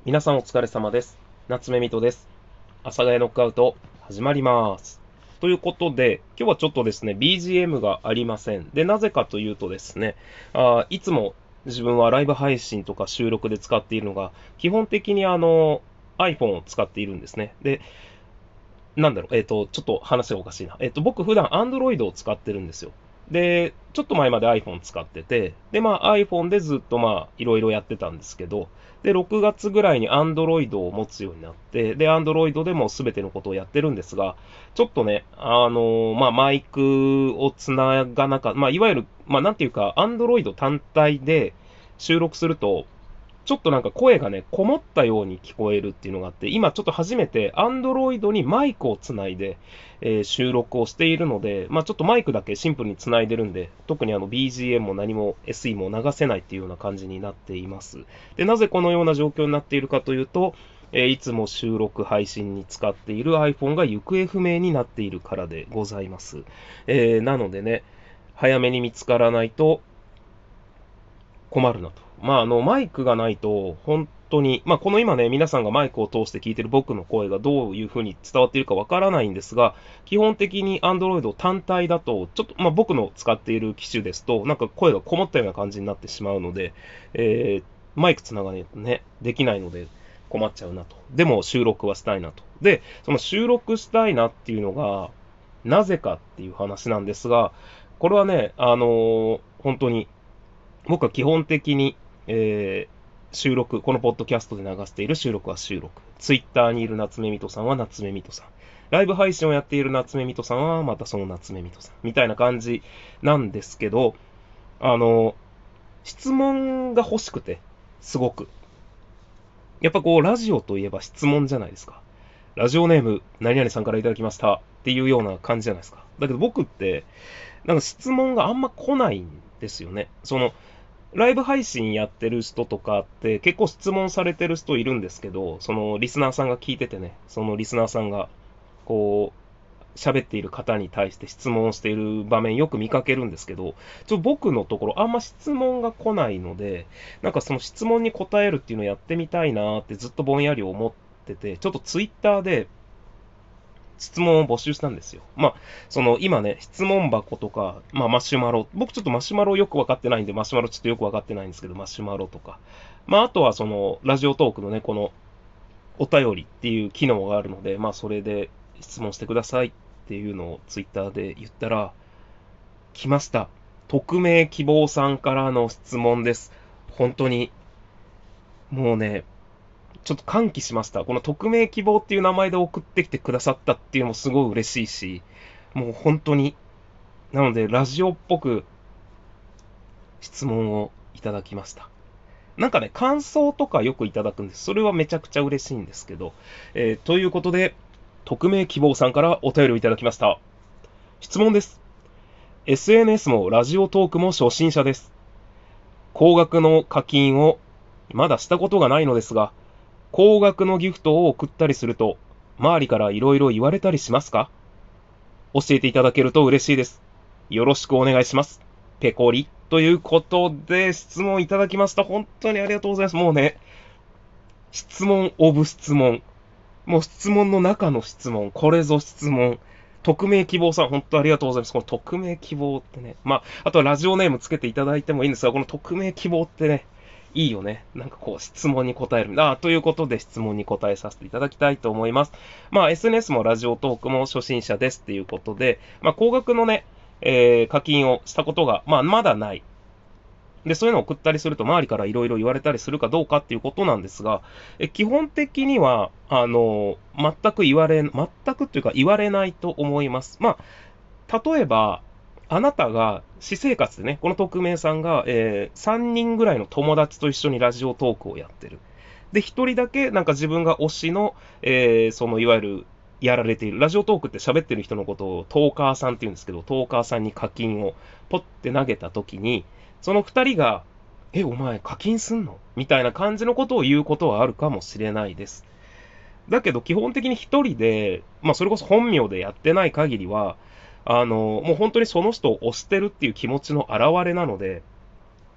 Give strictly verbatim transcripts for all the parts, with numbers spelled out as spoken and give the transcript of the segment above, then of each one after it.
皆さんお疲れ様です。夏目みとです。阿佐ヶ谷ノックアウト始まります。ということで、今日はちょっとですね、ビージーエム がありません。で、なぜかというとですね、あーいつも自分はライブ配信とか収録で使っているのが、基本的にあの、iPhone を使っているんですね。で、なんだろう、えっ、と、ちょっと話がおかしいな。えっ、と、僕普段 Android を使ってるんですよ。で、ちょっと前まで iPhone 使ってて、で、まあ iPhone でずっとまあいろいろやってたんですけど、で、ろくがつぐらいに Android を持つようになって、で、Android でも全てのことをやってるんですが、ちょっとね、あのーまあマイクをつながなかった、まあいわゆる、まあなんていうか、Android 単体で収録すると、ちょっとなんか声がね、こもったように聞こえるっていうのがあって、今ちょっと初めて Android にマイクをつないで、えー収録をしているので、まあちょっとマイクだけシンプルにつないでるんで、特にあの ビージーエム も何も エスイー も流せないっていうような感じになっています。で、なぜこのような状況になっているかというと、えーいつも収録配信に使っている iPhone が行方不明になっているからでございます。えーなのでね、早めに見つからないと困るなと。まあ、あの、マイクがないと、本当に、まあ、この今ね、皆さんがマイクを通して聞いてる僕の声がどういう風に伝わっているかわからないんですが、基本的に Android 単体だと、ちょっと、まあ、僕の使っている機種ですと、なんか声がこもったような感じになってしまうので、えー、マイクつながないとね、できないので困っちゃうなと。でも収録はしたいなと。で、その収録したいなっていうのが、なぜかっていう話なんですが、これはね、あのー本当に僕は基本的に、えー収録、このポッドキャストで流している収録は収録。ツイッターにいる夏目みとさんは夏目みとさん。ライブ配信をやっている夏目みとさんはまたその夏目みとさん。みたいな感じなんですけど、あの、質問が欲しくて、すごく。やっぱこう、ラジオといえば質問じゃないですか。ラジオネーム、何々さんからいただきましたっていうような感じじゃないですか。だけど僕って、なんか質問があんま来ないんですよね。その、ライブ配信やってる人とかって結構質問されてる人いるんですけど、そのリスナーさんが聞いててね、そのリスナーさんがこう喋っている方に対して質問をしている場面よく見かけるんですけど、ちょ僕のところあんま質問が来ないので、なんかその質問に答えるっていうのをやってみたいなーってずっとぼんやり思ってて、ちょっとツイッターで質問を募集したんですよ。まあ、その今ね、質問箱とか、まあマシュマロ、僕ちょっとマシュマロよくわかってないんで、マシュマロちょっとよくわかってないんですけど、マシュマロとか、まああとはその、ラジオトークのね、この、お便りっていう機能があるので、まあそれで質問してくださいっていうのをツイッターで言ったら、来ました。匿名希望さんからの質問です。本当に、もうね、ちょっと歓喜しました。この匿名希望っていう名前で送ってきてくださったっていうのもすごい嬉しいし、もう本当に、なのでラジオっぽく質問をいただきました。なんかね、感想とかよくいただくんです。それはめちゃくちゃ嬉しいんですけど。えーということで、匿名希望さんからお便りをいただきました。質問です。エスエヌエス もラジオトークも初心者です。高額の課金をまだしたことがないのですが、高額のギフトを送ったりすると、周りから色々言われたりしますか？教えていただけると嬉しいです。よろしくお願いします。ペコリ。ということで、質問いただきました。本当にありがとうございます。もうね、質問オブ質問。もう質問の中の質問。これぞ質問。匿名希望さん、本当ありがとうございます。この匿名希望ってね。まあ、あとはラジオネームつけていただいてもいいんですが、この匿名希望ってね、いいよね。なんかこう、質問に答える。ああ、ということで質問に答えさせていただきたいと思います。まあ、エスエヌエス もラジオトークも初心者ですっていうことで、まあ、高額のね、えー課金をしたことが、まあ、まだない。で、そういうのを送ったりすると周りからいろいろ言われたりするかどうかっていうことなんですが、え基本的には、あの、全く言われ、全くっていうか言われないと思います。まあ、例えば、あなたが私生活でね、この匿名さんが、えー、さんにんぐらいの友達と一緒にラジオトークをやってる。で、ひとりだけなんか自分が推しの、えー、そのいわゆるやられている。ラジオトークって喋ってる人のことをトーカーさんって言うんですけど、トーカーさんに課金をポッて投げたときに、そのふたりが、え、お前課金すんのみたいな感じのことを言うことはあるかもしれないです。だけど基本的に一人で、まあそれこそ本名でやってない限りは、あの、もう本当にその人を推してるっていう気持ちの表れなので、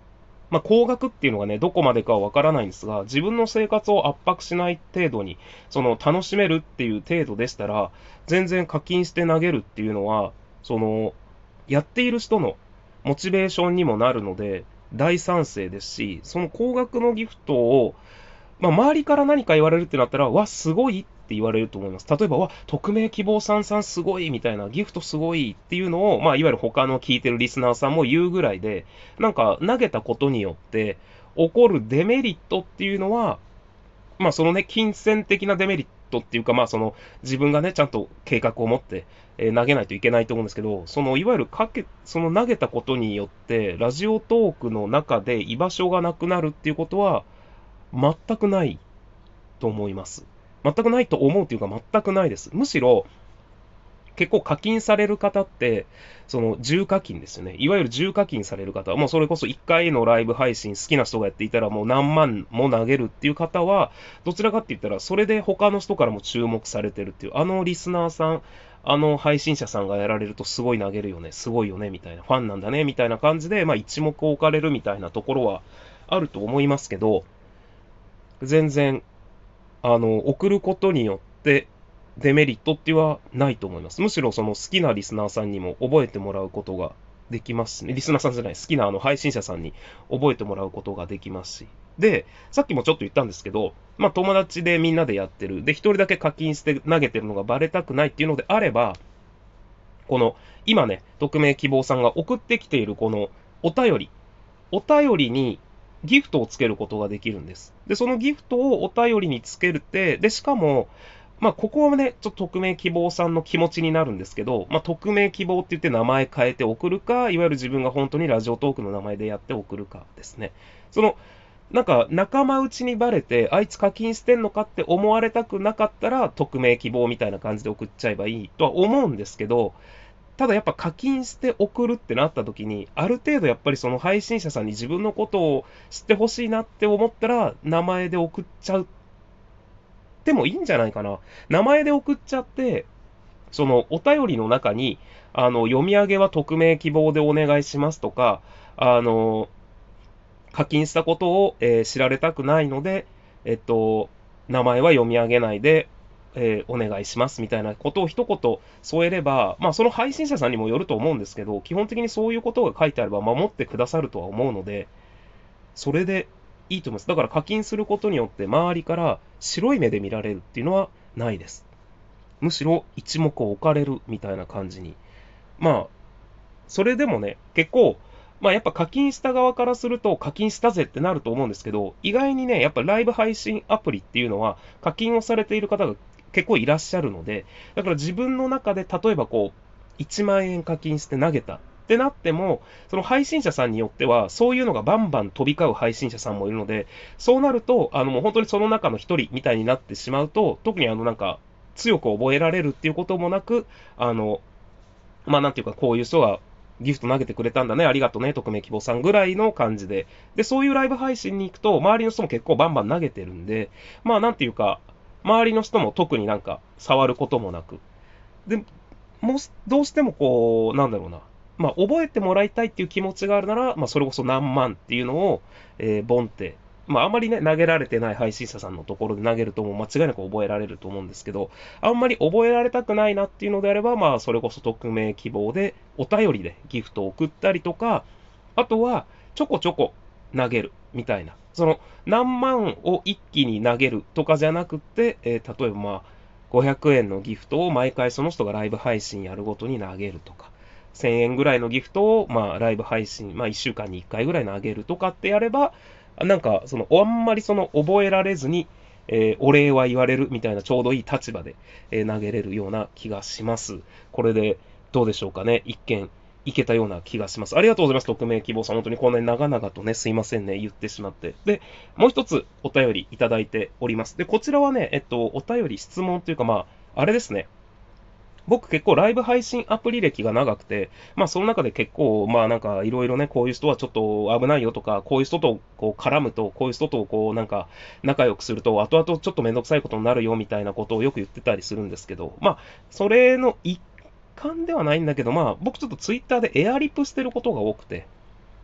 まあ、高額っていうのがね、どこまでかはわからないんですが、自分の生活を圧迫しない程度に、その楽しめるっていう程度でしたら、全然課金して投げるっていうのは、その、やっている人のモチベーションにもなるので、大賛成ですし、その高額のギフトを、まあ、周りから何か言われるってなったら、わ、すごいって言われると思います。例えば、わ、匿名希望さんさんすごいみたいな、ギフトすごいっていうのを、まあ、いわゆる他の聞いてるリスナーさんも言うぐらいで、なんか投げたことによって起こるデメリットっていうのは、まあ、そのね、金銭的なデメリットっていうか、まあ、その、自分がね、ちゃんと計画を持って、えー投げないといけないと思うんですけど、その、いわゆるかけ、その投げたことによって、ラジオトークの中で居場所がなくなるっていうことは、全くないと思います。全くないと思うというか全くないです。むしろ結構課金される方って、その重課金ですよね。いわゆる重課金される方、もうそれこそいっかいのライブ配信好きな人がやっていたらもう何万も投げるっていう方は、どちらかって言ったらそれで他の人からも注目されてるっていう、あのリスナーさん、あの配信者さんがやられるとすごい投げるよね、すごいよね、みたいな、ファンなんだね、みたいな感じで、まあ一目置かれるみたいなところはあると思いますけど、全然あの、送ることによってデメリットっていうのはないと思います。むしろその好きなリスナーさんにも覚えてもらうことができますしね。リスナーさんじゃない、好きなあの配信者さんに覚えてもらうことができますし。で、さっきもちょっと言ったんですけど、まあ友達でみんなでやってる。で、一人だけ課金して投げてるのがバレたくないっていうのであれば、この、今ね、匿名希望さんが送ってきているこのお便り、お便りにギフトをつけることができるんです。で、そのギフトをお便りにつけるって、で、しかも、まあ、ここはね、ちょっと匿名希望さんの気持ちになるんですけど、まあ、匿名希望って言って名前変えて送るか、いわゆる自分が本当にラジオトークの名前でやって送るかですね。その、なんか仲間内にバレて、あいつ課金してんのかって思われたくなかったら、匿名希望みたいな感じで送っちゃえばいいとは思うんですけど、ただやっぱ課金して送るってなった時に、ある程度やっぱりその配信者さんに自分のことを知ってほしいなって思ったら、名前で送っちゃうってもいいんじゃないかな。名前で送っちゃって、そのお便りの中に、あの、読み上げは匿名希望でお願いしますとか、あの、課金したことを、えー知られたくないので、えっと、名前は読み上げないで、えーお願いしますみたいなことを一言添えれば、まあその配信者さんにもよると思うんですけど、基本的にそういうことが書いてあれば守ってくださるとは思うので、それでいいと思います。だから課金することによって周りから白い目で見られるっていうのはないです。むしろ一目置かれるみたいな感じに。まあ、それでもね、結構、まあやっぱ課金した側からすると課金したぜってなると思うんですけど、意外にね、やっぱライブ配信アプリっていうのは課金をされている方が結構いらっしゃるので、だから自分の中で例えばこう、いちまん円課金して投げたってなっても、その配信者さんによっては、そういうのがバンバン飛び交う配信者さんもいるので、そうなると、あのもう本当にその中の一人みたいになってしまうと、特にあのなんか、強く覚えられるっていうこともなく、あの、まあなんていうか、こういう人がギフト投げてくれたんだね、ありがとうね、匿名希望さんぐらいの感じで。で、そういうライブ配信に行くと、周りの人も結構バンバン投げてるんで、まあなんていうか、周りの人も特になんか触ることもなく。で、もう、どうしてもこう、なんだろうな。まあ覚えてもらいたいっていう気持ちがあるなら、まあそれこそ何万っていうのを、えー、ボンってまあ、あんまりね、投げられてない配信者さんのところで投げるともう間違いなく覚えられると思うんですけど、あんまり覚えられたくないなっていうのであれば、まあ、それこそ匿名希望で、お便りでギフトを送ったりとか、あとは、ちょこちょこ投げるみたいな。その、何万を一気に投げるとかじゃなくて、えー例えばまあ、ごひゃくえんのギフトを毎回その人がライブ配信やるごとに投げるとか、せんえんぐらいのギフトを、まあ、ライブ配信、まあ、いっしゅうかんにいっかいぐらい投げるとかってやれば、なんか、その、あんまりその、覚えられずに、えーお礼は言われるみたいなちょうどいい立場で、えー投げれるような気がします。これで、どうでしょうかね。一見、いけたような気がします。ありがとうございます。匿名希望さん。本当にこんなに長々とね、すいませんね。言ってしまって。で、もう一つお便りいただいております。で、こちらはね、えっと、お便り質問というか、まあ、あれですね。僕結構ライブ配信アプリ歴が長くて、まあその中で結構、まあなんかいろいろね、こういう人はちょっと危ないよとか、こういう人とこう絡むと、こういう人とこうなんか仲良くすると、後々ちょっとめんどくさいことになるよみたいなことをよく言ってたりするんですけど、まあそれの一環ではないんだけど、まあ僕ちょっとツイッターでエアリプしてることが多くて、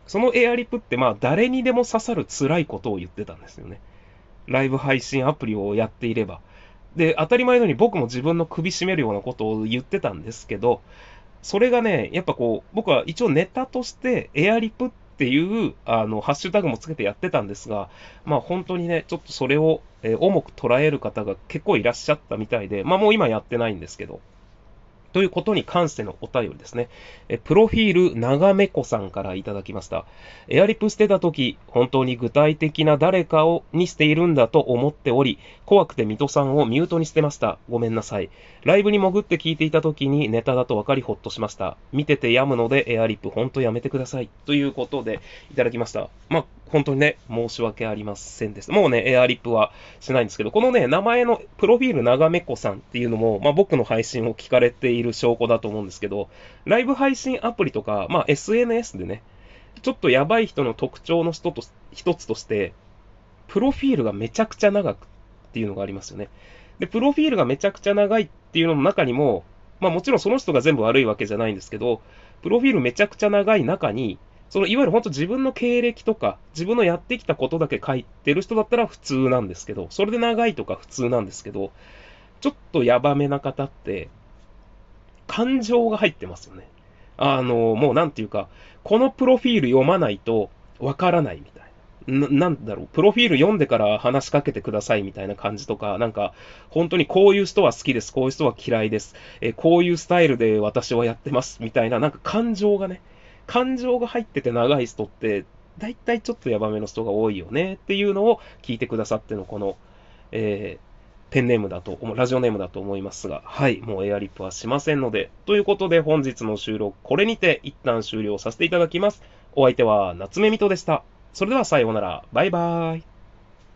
そのエアリップってまあ誰にでも刺さる辛いことを言ってたんですよね。ライブ配信アプリをやっていれば。で、当たり前のように僕も自分の首絞めるようなことを言ってたんですけど、それがね、やっぱこう、僕は一応ネタとしてエアリップっていう、あの、ハッシュタグもつけてやってたんですが、まあ本当にね、ちょっとそれを、えー重く捉える方が結構いらっしゃったみたいで、まあもう今やってないんですけど、ということに関してのお便りですね。えプロフィール長めこさんからいただきました。エアリップ捨てたとき、本当に具体的な誰かをにしているんだと思っており、怖くて水戸さんをミュートにしてました。ごめんなさい。ライブに潜って聞いていたときにネタだと分かりほっとしました。見てて病むのでエアリップ本当やめてください。ということでいただきました。まあ、本当にね、申し訳ありませんです。もうね、エアリップはしないんですけど、このね、名前のプロフィール長めこさんっていうのも、まあ僕の配信を聞かれている証拠だと思うんですけど、ライブ配信アプリとか、まあ エスエヌエス でね、ちょっとやばい人の特徴の人と一つとして、プロフィールがめちゃくちゃ長くっていうのがありますよね。で、プロフィールがめちゃくちゃ長いっていうのの中にも、まあもちろんその人が全部悪いわけじゃないんですけど、プロフィールめちゃくちゃ長い中に、そのいわゆる本当自分の経歴とか、自分のやってきたことだけ書いてる人だったら普通なんですけど、それで長いとか普通なんですけど、ちょっとヤバめな方って、感情が入ってますよね。あの、もうなんていうか、このプロフィール読まないとわからないみたいな。な、なんだろう、プロフィール読んでから話しかけてくださいみたいな感じとか、なんか、本当にこういう人は好きです、こういう人は嫌いです、えーこういうスタイルで私はやってますみたいな、なんか感情がね、感情が入ってて長い人って、だいたいちょっとヤバめの人が多いよねっていうのを聞いてくださってのこの、えーペンネームだと、ラジオネームだと思いますが、はい、もうエアリップはしませんので、ということで本日の収録、これにて一旦終了させていただきます。お相手は夏目みとでした。それではさようなら、バイバーイ。